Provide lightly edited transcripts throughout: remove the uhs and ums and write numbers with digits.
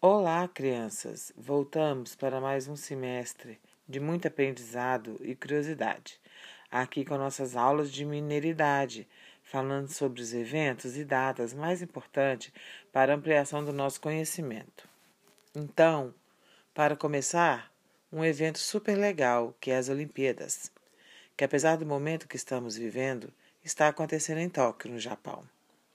Olá, crianças! Voltamos para mais um semestre de muito aprendizado e curiosidade. Aqui com nossas aulas de mineridade, falando sobre os eventos e datas mais importantes para a ampliação do nosso conhecimento. Então, para começar, um evento super legal, que é as Olimpíadas, que apesar do momento que estamos vivendo, está acontecendo em Tóquio, no Japão.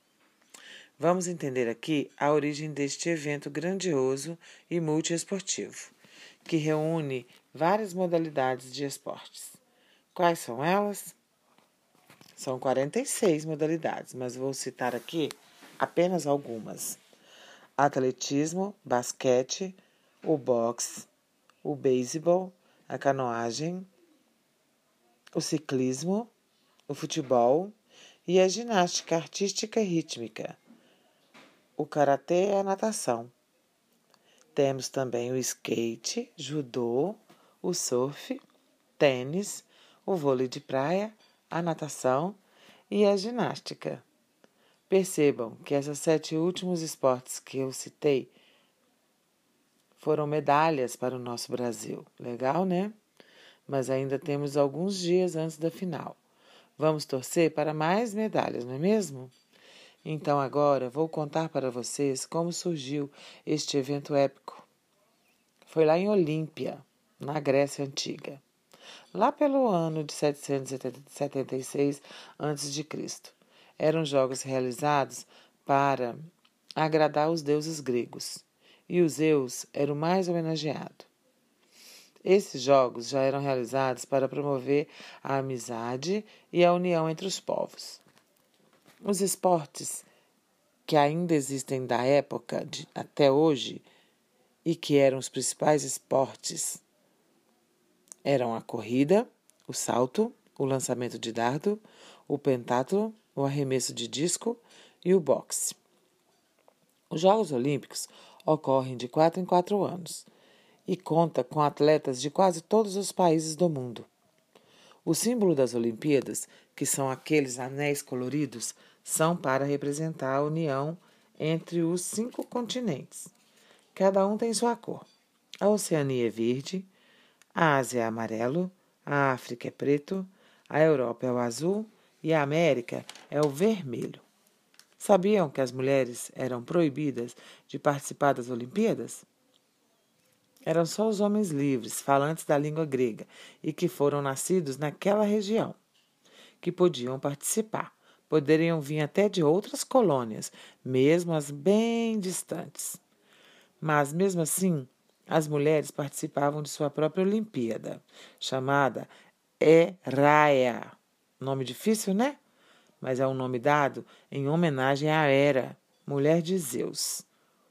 Vamos entender aqui a origem deste evento grandioso e multiesportivo, que reúne várias modalidades de esportes. Quais são elas? São 46 modalidades, mas vou citar aqui apenas algumas: atletismo, basquete, o boxe, o beisebol, a canoagem, o ciclismo, o futebol e a ginástica artística e rítmica, o karatê e a natação. Temos também o skate, judô, o surf, tênis, o vôlei de praia, a natação e a ginástica. Percebam que esses 7 últimos esportes que eu citei foram medalhas para o nosso Brasil. Legal, né? Mas ainda temos alguns dias antes da final. Vamos torcer para mais medalhas, não é mesmo? Então agora vou contar para vocês como surgiu este evento épico. Foi lá em Olímpia, na Grécia Antiga, lá pelo ano de 776 a.C. Eram jogos realizados para agradar os deuses gregos, e o Zeus era o mais homenageado. Esses jogos já eram realizados para promover a amizade e a união entre os povos. Os esportes que ainda existem da época até hoje e que eram os principais esportes eram a corrida, o salto, o lançamento de dardo, o pentatlo, o arremesso de disco e o boxe. Os Jogos Olímpicos ocorrem de 4 em 4 anos e conta com atletas de quase todos os países do mundo. O símbolo das Olimpíadas, que são aqueles anéis coloridos, são para representar a união entre os 5 continentes. Cada um tem sua cor. A Oceania é verde, a Ásia é amarelo, a África é preto, a Europa é o azul e a América é o vermelho. Sabiam que as mulheres eram proibidas de participar das Olimpíadas? Eram só os homens livres, falantes da língua grega e que foram nascidos naquela região, que podiam participar. Poderiam vir até de outras colônias, mesmo as bem distantes. Mas, mesmo assim, as mulheres participavam de sua própria Olimpíada, chamada Heraia. Nome difícil, né? Mas é um nome dado em homenagem a Hera, mulher de Zeus.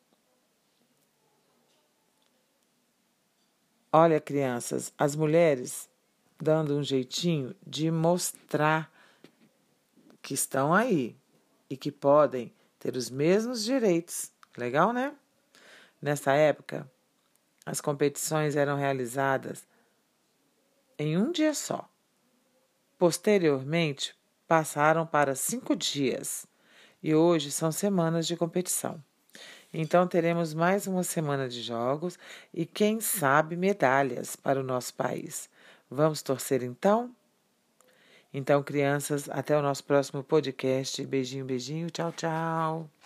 Olha, crianças, as mulheres dando um jeitinho de mostrar que estão aí e que podem ter os mesmos direitos. Legal, né? Nessa época, as competições eram realizadas em um dia só. Posteriormente, passaram para 5 dias e hoje são semanas de competição. Então, teremos mais uma semana de jogos e, quem sabe, medalhas para o nosso país. Vamos torcer, então? Então, crianças, até o nosso próximo podcast. Beijinho, beijinho. Tchau, tchau.